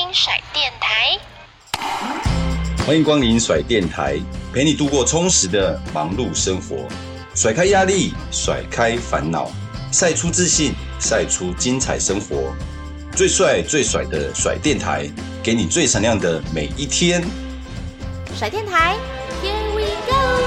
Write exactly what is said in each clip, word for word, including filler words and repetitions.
甩电台， 欢迎光临甩电台，陪你度过充实的忙碌生活，甩开压力，甩开烦恼，晒出自信，晒出精彩生活。最帅最甩的甩电台，给你最闪亮的每一天。 甩电台 ，Here we go！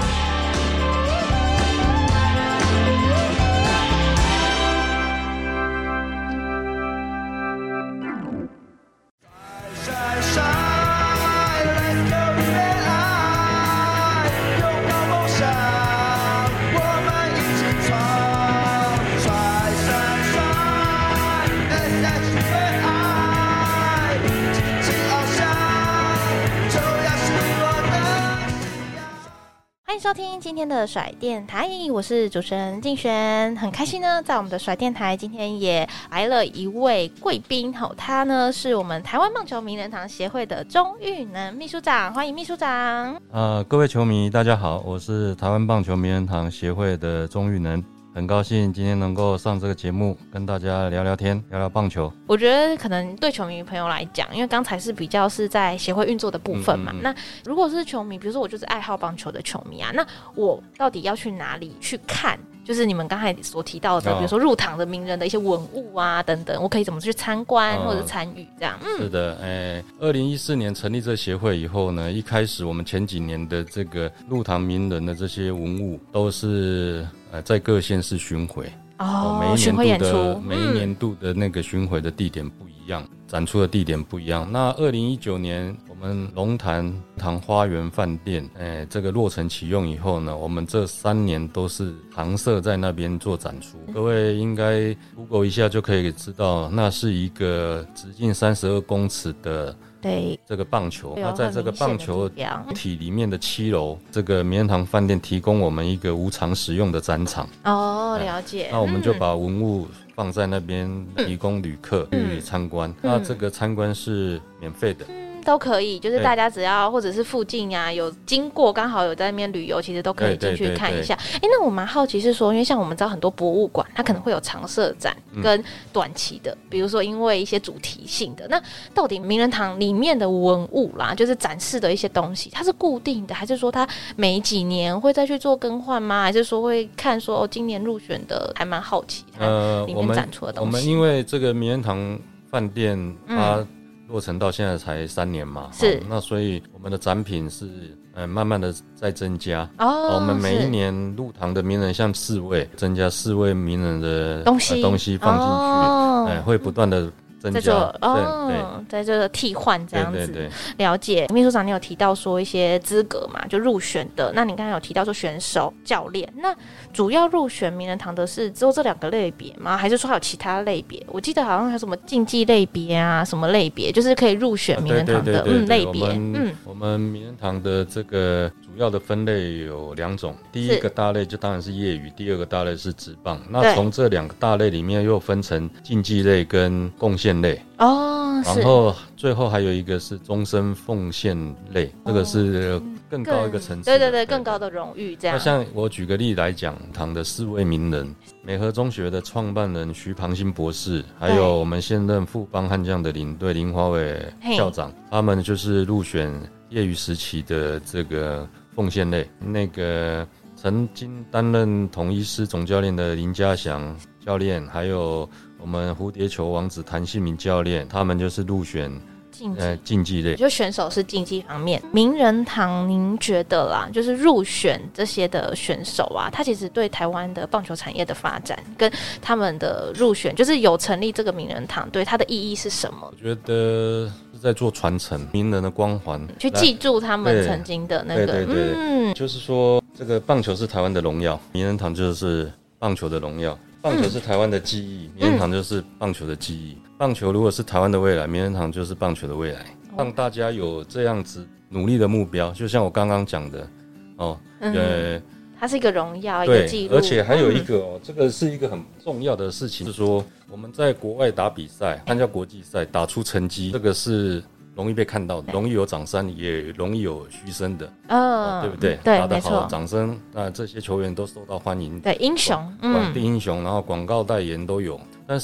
欢迎收听今天的甩电台，我是主持人静璇，很开心呢，在我们的甩电台今天也来了一位贵宾，他呢是我们台湾棒球名人堂协会的钟玉能秘书长，欢迎秘书长。 呃，各位球迷大家好，我是台湾棒球名人堂协会的钟玉能。很高兴今天能够上这个节目，跟大家聊聊天，聊聊棒球。 我觉得可能对球迷朋友来讲，因为刚才是比较是在协会运作的部分嘛，嗯嗯嗯，那如果是球迷，比如说我就是爱好棒球的球迷啊，那我到底要去哪里去看？就是你们刚才所提到的，比如说入场的名人的一些文物啊等等，我可以怎么去参观或者参与这样？嗯， 是的，哎，二零一四年成立这协会以后呢，一开始我们前几年的这个入堂名人的这些文物都是呃在各县市巡回。 哦， 每一年度的、 嗯、 每一年度的那个巡回的地点不一样，展出的地点不一样。那二零一九年我们龙潭塘花园饭店，哎，这个落成启用以后呢，我们这三年都是常设在那边做展出。各位应该 Google 一下就可以知道，那是一个直径三十二公尺的。 对， 这个棒球，那在这个棒球体里面的七楼，这个名人堂饭店提供我们一个无偿使用的展场。 哦，了解。 那我们就把文物放在那边，提供旅客去参观。嗯、那这个参观是免费的。 都可以，就是大家只要或者是附近啊有经过，刚好有在那边旅游，其实都可以进去看一下。哎，那我蛮好奇是说，因为像我们知道很多博物馆，它可能会有常设展跟短期的，嗯、比如说因为一些主题性的。那到底名人堂里面的文物啦，就是展示的一些东西，它是固定的，还是说它每几年会再去做更换吗？还是说会看说哦，今年入选的还蛮好奇，呃，里面展出的东西。 我们因为这个名人堂饭店它、嗯。落成到现在才三年嘛， 是、哦、 那所以我们的展品是呃慢慢的在增加。哦，我们每一年入堂的名人像四位，增加四位名人的东西、呃、东西放进去，哦呃、会不断的增加，在做哦，在这个替换这样子。 对对对， 了解。秘书长，你有提到说一些资格嘛，就入选的。那你刚才有提到说选手、教练，那主要入选名人堂的是只有这两个类别吗？还是说还有其他类别？我记得好像还有什么竞技类别啊，什么类别，就是可以入选名人堂的嗯类别。 嗯，我们名人堂的这个主要的分类有两种，第一个大类就当然是业余，第二个大类是职棒。那从这两个大类里面又分成竞技类跟贡献类。 哦， 然后最后还有一个是终身奉献类，哦、这个是更高一个层次。 对对对，更高的荣誉这样。 那像我举个例来讲，堂的四位名人，美和中学的创办人徐庞新博士，还有我们现任富邦悍将的领队林华伟校长，他们就是入选业余时期的这个奉献类。那个曾经担任统一师总教练的林家祥教练，还有我们蝴蝶球王子谭信明教练，他们就是入选竞技、呃、竞技类， 就选手是竞技方面。名人堂，您觉得啦，就是入选这些的选手啊，他其实对台湾的棒球产业的发展跟他们的入选，就是有成立这个名人堂，对它的意义是什么？ 我觉得是在做传承名人的光环， 去记住他们曾经的那个。 对对 对, 对，嗯，就是说这个棒球是台湾的荣耀，名人堂就是棒球的荣耀。棒球是台湾的记忆，名人堂就是棒球的记忆。嗯、棒球如果是台湾的未来，名人堂就是棒球的未来。让大家有这样子努力的目标，就像我刚刚讲的，哦，嗯、呃， 它是一个荣耀，一个记录， 而且还有一个哦，嗯、这个是一个很重要的事情，是说我们在国外打比赛、参加国际赛，打出成绩，这个是容易被看到的，容易有掌声，也容易有嘘声的，嗯、呃，对不对？ 对， 打得好，掌声，那这些球员都受到欢迎， 对，英雄， 嗯，英雄，然后广告代言都有。但是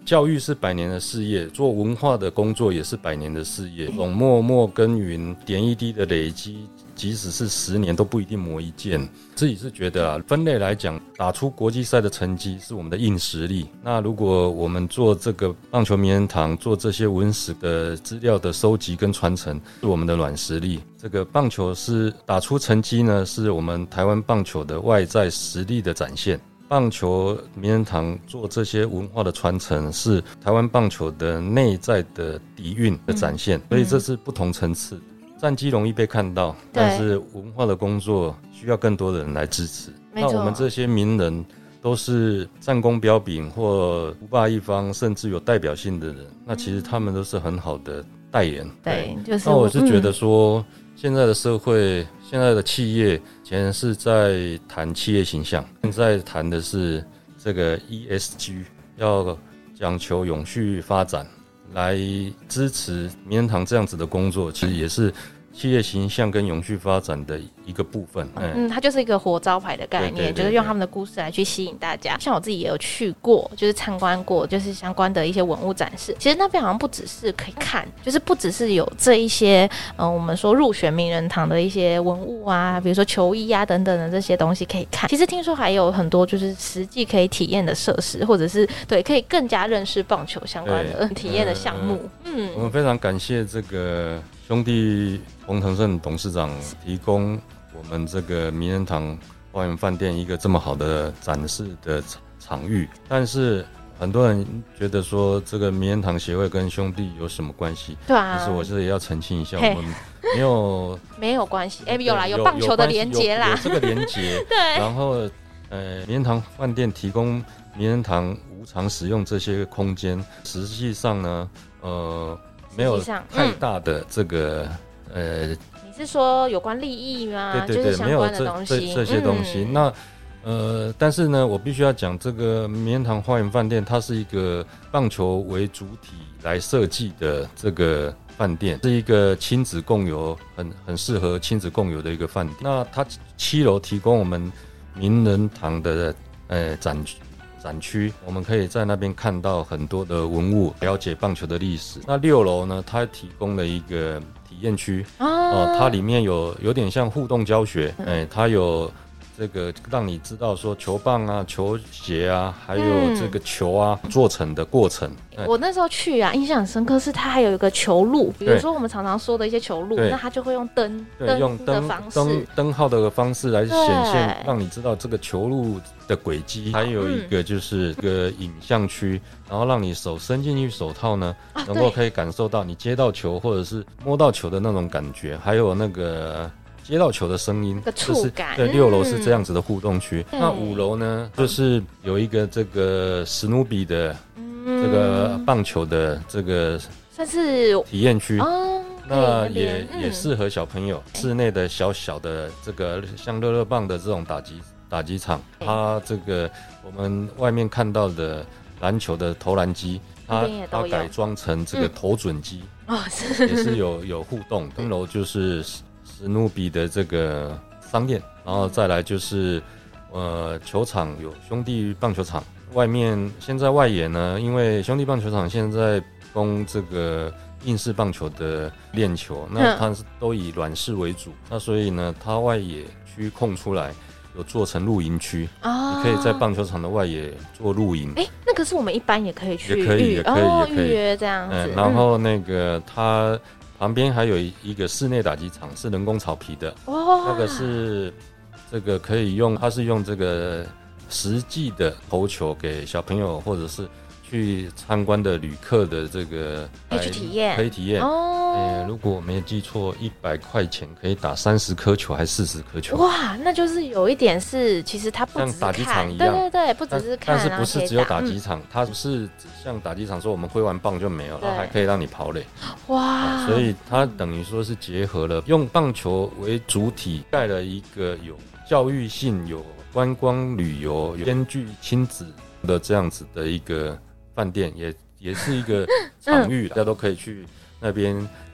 教育是百年的事业，做文化的工作也是百年的事业，这种默默耕耘，点一滴的累积，即使是十年都不一定磨一剑。自己是觉得啊，分类来讲，打出国际赛的成绩是我们的硬实力。那如果我们做这个棒球名人堂，做这些文史的资料的收集跟传承，是我们的软实力。这个棒球是打出成绩呢，是我们台湾棒球的外在实力的展现。棒球名人堂做这些文化的传承，是台湾棒球的内在的底蕴的展现，嗯、所以这是不同层次。战绩容易被看到，但是文化的工作需要更多的人来支持。那我们这些名人都是战功彪炳或独霸一方，甚至有代表性的人，那其实他们都是很好的代言。 对，就是那我是觉得说，嗯、现在的社会，现在的企业，以前是在谈企业形象，现在谈的是这个 E S G， 要讲求永续发展，来支持名人堂这样子的工作，其实也是企业形象跟永续发展的一个部分。 嗯，它就是一个活招牌的概念，对对对对，就是用他们的故事来去吸引大家。像我自己也有去过，就是参观过，就是相关的一些文物展示。其实那边好像不只是可以看，就是不只是有这一些，嗯、呃，我们说入选名人堂的一些文物啊，比如说球衣啊等等的这些东西可以看。其实听说还有很多就是实际可以体验的设施，或者是对可以更加认识棒球相关的体验的项目。 嗯，我们非常感谢这个兄弟洪腾胜董事长提供我们这个名人堂花园饭店一个这么好的展示的场域，但是很多人觉得说这个名人堂协会跟兄弟有什么关系？ 对啊， 但是我这里要澄清一下，我们没有没有关系，哎、欸，有啦，有棒球的连结啦， 有, 有, 有这个连结。对，然后呃，名人堂饭店提供名人堂无偿使用这些空间，实际上呢，呃。没有太大的这个、嗯、呃， 你是说有关利益吗？ 对对对， 就是相关的东西， 没有 这, 这, 这些东西。嗯、那呃，但是呢，我必须要讲，这个名人堂花园饭店，它是一个棒球为主体来设计的这个饭店，是一个亲子共游，很很适合亲子共游的一个饭店。那它七楼提供我们名人堂的呃展展区，我们可以在那边看到很多的文物，了解棒球的历史。那六楼呢，它提供了一个体验区，哦、呃，它里面有有点像互动教学，哎、欸，它有这个让你知道说球棒啊、球鞋啊，还有这个球啊、嗯、做成的过程。 我那时候去啊，印象很深刻，是它还有一个球路，比如说我们常常说的一些球路，那它就会用灯灯的方式， 灯灯号的方式来显现，让你知道这个球路的轨迹。还有一个就是这个影像区，然后让你手伸进去手套呢，啊、能够可以感受到你接到球或者是摸到球的那种感觉，还有那个接到球的声音， 个触感。 对，六楼是这样子的互动区。嗯、那五楼呢，就是有一个这个史努比的这个棒球的这个算是体验区。 哦， 那也、嗯、也适合小朋友。室内的小小的这个像乐乐棒的这种打击打击场，它这个我们外面看到的篮球的投篮机，它它改装成这个投准机， 嗯、哦，是也是有有互动。三楼就是史努比的这个商店，然后再来就是呃球场有兄弟棒球场，外面现在外野呢，因为兄弟棒球场现在供这个硬式棒球的练球，那它是都以软式为主，那所以呢，它外野区空出来，有做成露营区，哦，你可以在棒球场的外野做露营。 哎、欸，那可是我们一般也可以去， 也可以，也可以， 哦、 也可以预约这样子。 嗯，然后那个它旁边还有一个室内打击场，是人工草皮的，哦，那个是这个可以用，它是用这个实际的投球给小朋友或者是去参观的旅客的这个可以去体验， 可以体验哦。欸、如果我没记错，一百块钱可以打三十颗球还是四十颗球？ 哇，那就是有一点是，其实它不只是像打击场一样， 对对对，不只是看， 但是不是只有打击场，嗯、它不是只像打击场说我们挥完棒就没有，它还可以让你跑垒。 哇、 啊，所以它等于说是结合了用棒球为主体，盖了一个有教育性、有观光旅游、有兼具亲子的这样子的一个饭店，也也是一个场域，大家都可以去那边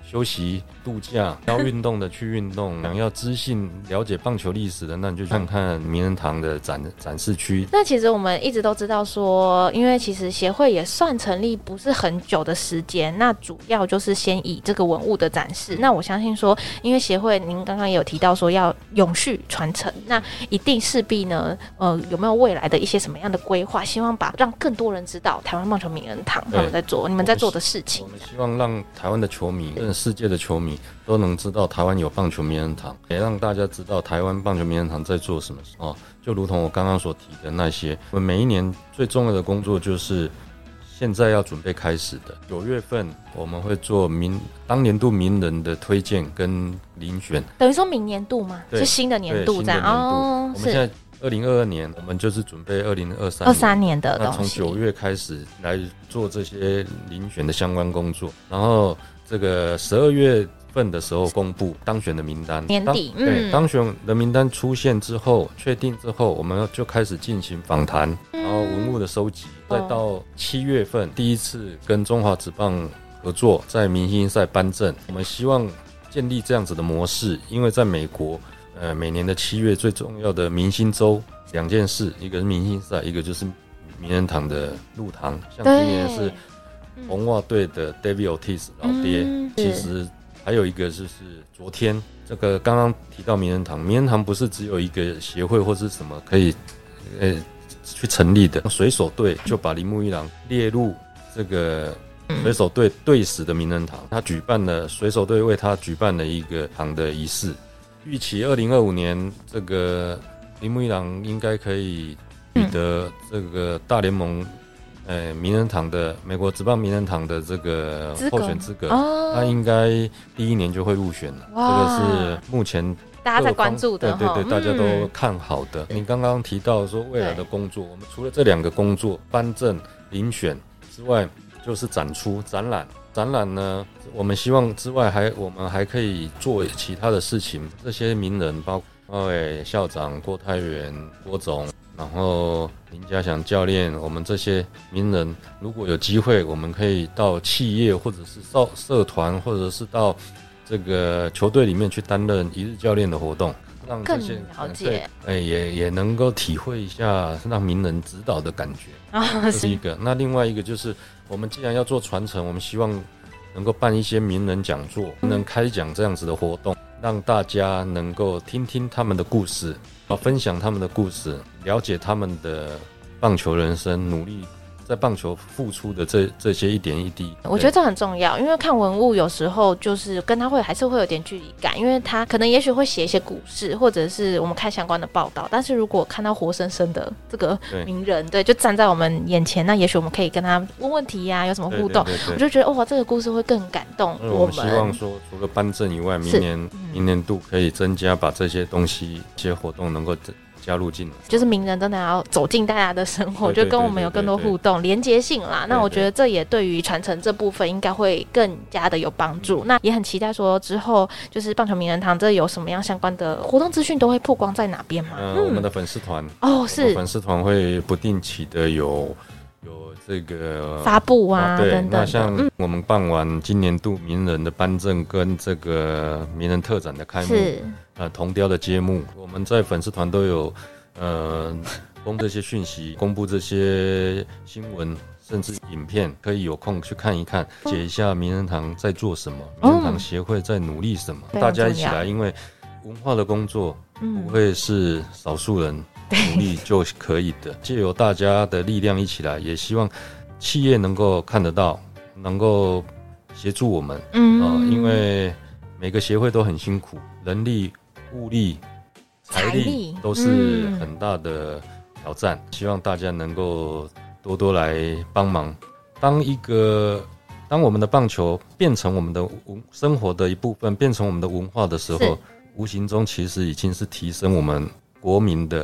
休息度假，要运动的去运动，想要知性了解棒球历史的，那你就看看名人堂的展展示区。 那其实我们一直都知道说，因为其实协会也算成立不是很久的时间，那主要就是先以这个文物的展示。那我相信说，因为协会您刚刚也有提到说要永续传承，那一定势必呢，呃，有没有未来的一些什么样的规划？希望把让更多人知道台湾棒球名人堂他们在做你们在做的事情。 我们希望让台湾的球迷跟世界的球迷都能知道台湾有棒球名人堂，也让大家知道台湾棒球名人堂在做什么哦。就如同我刚刚所提的那些，我们每一年最重要的工作就是现在要准备开始的。九月份我们会做名当年度名人的推荐跟遴选， 等于说明年度吗？是新的年度这样哦。 我们现在二零二二年，我们就是准备二零二三二三年的东西。 那从九月开始来做这些遴选的相关工作，然后这个十二月份的时候公布当选的名单。 年底， 嗯，对，当选的名单出现之后，确定之后，我们就开始进行访谈，然后文物的收集，再到七月份第一次跟中华职棒合作，在明星赛颁证。我们希望建立这样子的模式，因为在美国。呃，每年的七月最重要的明星周两件事，一个是明星赛，一个就是名人堂的入堂。像今年是红袜队的 David Ortiz 老爹，嗯、其实还有一个就是昨天这个刚刚提到名人堂，名人堂不是只有一个协会或是什么可以呃去成立的，水手队就把铃木一郎列入这个。水手队队史的名人堂，他举办了水手队为他举办了一个堂的仪式。预期二零二五年，这个铃木一郎应该可以取得这个大联盟，呃，名人堂的美国职棒名人堂的这个候选资格，哦、他应该第一年就会入选了。这个是目前大家在关注的， 对对对，大家都看好的。嗯、你刚刚提到说未来的工作，我们除了这两个工作颁证、遴选之外，就是展出展览。展览呢，我们希望之外还我们还可以做其他的事情。这些名人包括校长郭泰源郭总，然后林家祥教练，我们这些名人如果有机会，我们可以到企业或者是社社团，或者是到这个球队里面去担任一日教练的活动，让这些更了解， 哎、欸、也也能够体会一下让名人指导的感觉。哦、这是一个。那另外一个就是，我们既然要做传承，我们希望能够办一些名人讲座，能开讲这样子的活动，让大家能够听听他们的故事，分享他们的故事，了解他们的棒球人生，努力在棒球付出的这这些一点一滴， 我觉得这很重要。因为看文物有时候就是跟他会还是会有点距离感，因为他可能也许会写一些故事，或者是我们看相关的报道，但是如果看到活生生的这个名人， 对, 对，就站在我们眼前，那也许我们可以跟他问问题呀、啊，有什么互动，对对对对，我就觉得哇，这个故事会更感动我们。 我们希望说，除了颁证以外，明年、嗯、明年度可以增加，把这些东西、这些活动能够加入进来， 就是名人真的要走进大家的生活，对对对对对对，就跟我们有更多互动、连结性啦。那我觉得这也对于传承这部分应该会更加的有帮助。那也很期待说之后就是棒球名人堂这有什么样相关的活动资讯都会曝光在哪边吗？ 呃、嗯，我们的粉丝团哦，是粉丝团会不定期的有有这个发布啊， 啊对等等。 那像我们办完今年度名人的颁证跟这个名人特展的开幕， 是呃铜雕的揭幕，我们在粉丝团都有呃公布这些讯息，公布这些新闻，甚至影片，可以有空去看一看，解一下名人堂在做什么，名人堂协会在努力什么，嗯、大家一起来，因为文化的工作不会是少数人努力就可以的，借由大家的力量一起来，也希望企业能够看得到，能够协助我们，嗯、呃，因为每个协会都很辛苦，人力、物力、财力都是很大的挑战，嗯、希望大家能够多多来帮忙。当一个当我们的棒球变成我们的生活的一部分，变成我们的文化的时候，无形中其实已经是提升我们国民的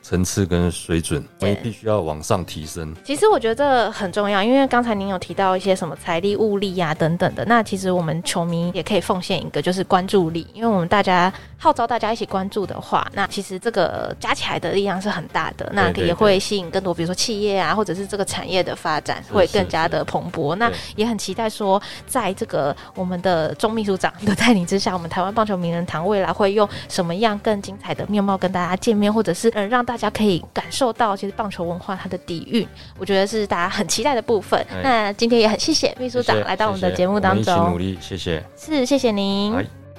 层次跟水准，我们必须要往上提升。 其实我觉得这很重要，因为刚才您有提到一些什么财力、物力啊等等的，那其实我们球迷也可以奉献一个，就是关注力，因为我们大家号召大家一起关注的话，那其实这个加起来的力量是很大的，那也会吸引更多，比如说企业啊，或者是这个产业的发展会更加的蓬勃。那也很期待说，在这个我们的钟秘书长的带领之下，我们台湾棒球名人堂未来会用什么样更精彩的面貌跟大家见面，或者是、呃、让大家可以感受到其实棒球文化它的底蕴，我觉得是大家很期待的部分。那今天也很谢谢秘书长来到我们的节目当中， 谢谢，我们一起努力，谢谢， 是谢谢您。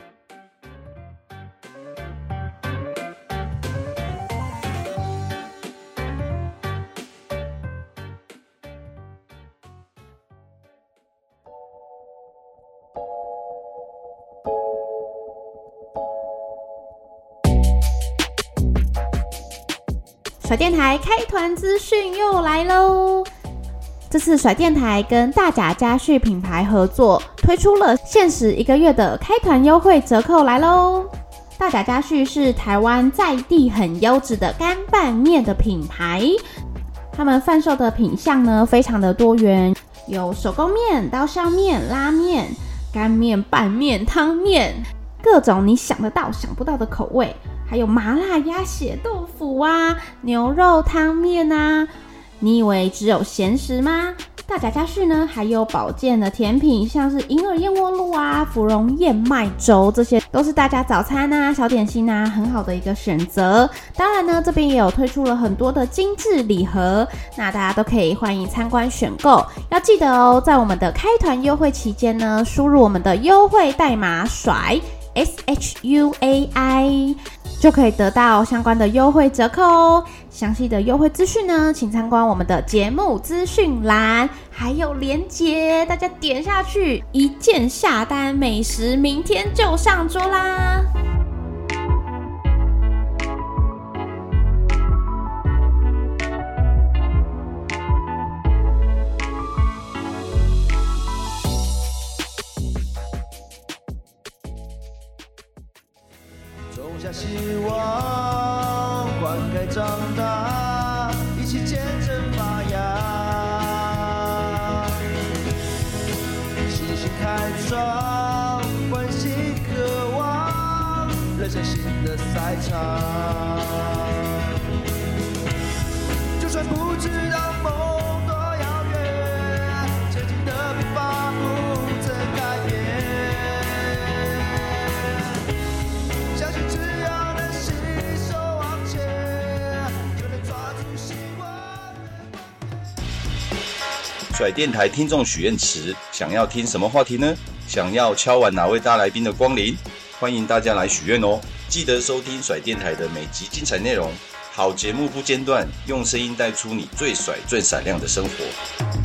甩电台开团资讯又来喽！这次甩电台跟大甲家旭品牌合作，推出了限时一个月的开团优惠折扣来喽！大甲家旭是台湾在地很优质的干拌面的品牌，他们贩售的品项呢非常的多元，有手工面、刀削面、拉面、干面、拌面、汤面，各种你想得到想不到的口味。还有麻辣鸭血豆腐啊，牛肉汤面啊，你以为只有咸食吗？大甲家旭呢还有保健的甜品，像是银耳燕窝露啊、芙蓉燕麦粥，这些都是大家早餐啊、小点心啊很好的一个选择。当然呢，这边也有推出了很多的精致礼盒，那大家都可以欢迎参观选购。要记得哦，在我们的开团优惠期间呢，输入我们的优惠代码甩 S H U A I。就可以得到相关的优惠折扣哦。详细的优惠资讯呢，请参观我们的节目资讯栏，还有连结，大家点下去，一键下单，美食明天就上桌啦！ 种下希望，灌溉长大，一起见证发芽。细心开创，欢喜渴望，人生新的赛场。就算不知道梦多遥远，前进的步伐不曾改变。相信只要能携手往前，就能抓住希望。 甩电台听众许愿池，想要听什么话题呢？想要敲完哪位大来宾的光临？欢迎大家来许愿哦！记得收听甩电台的每集精彩内容，好节目不间断，用声音带出你最甩最闪亮的生活。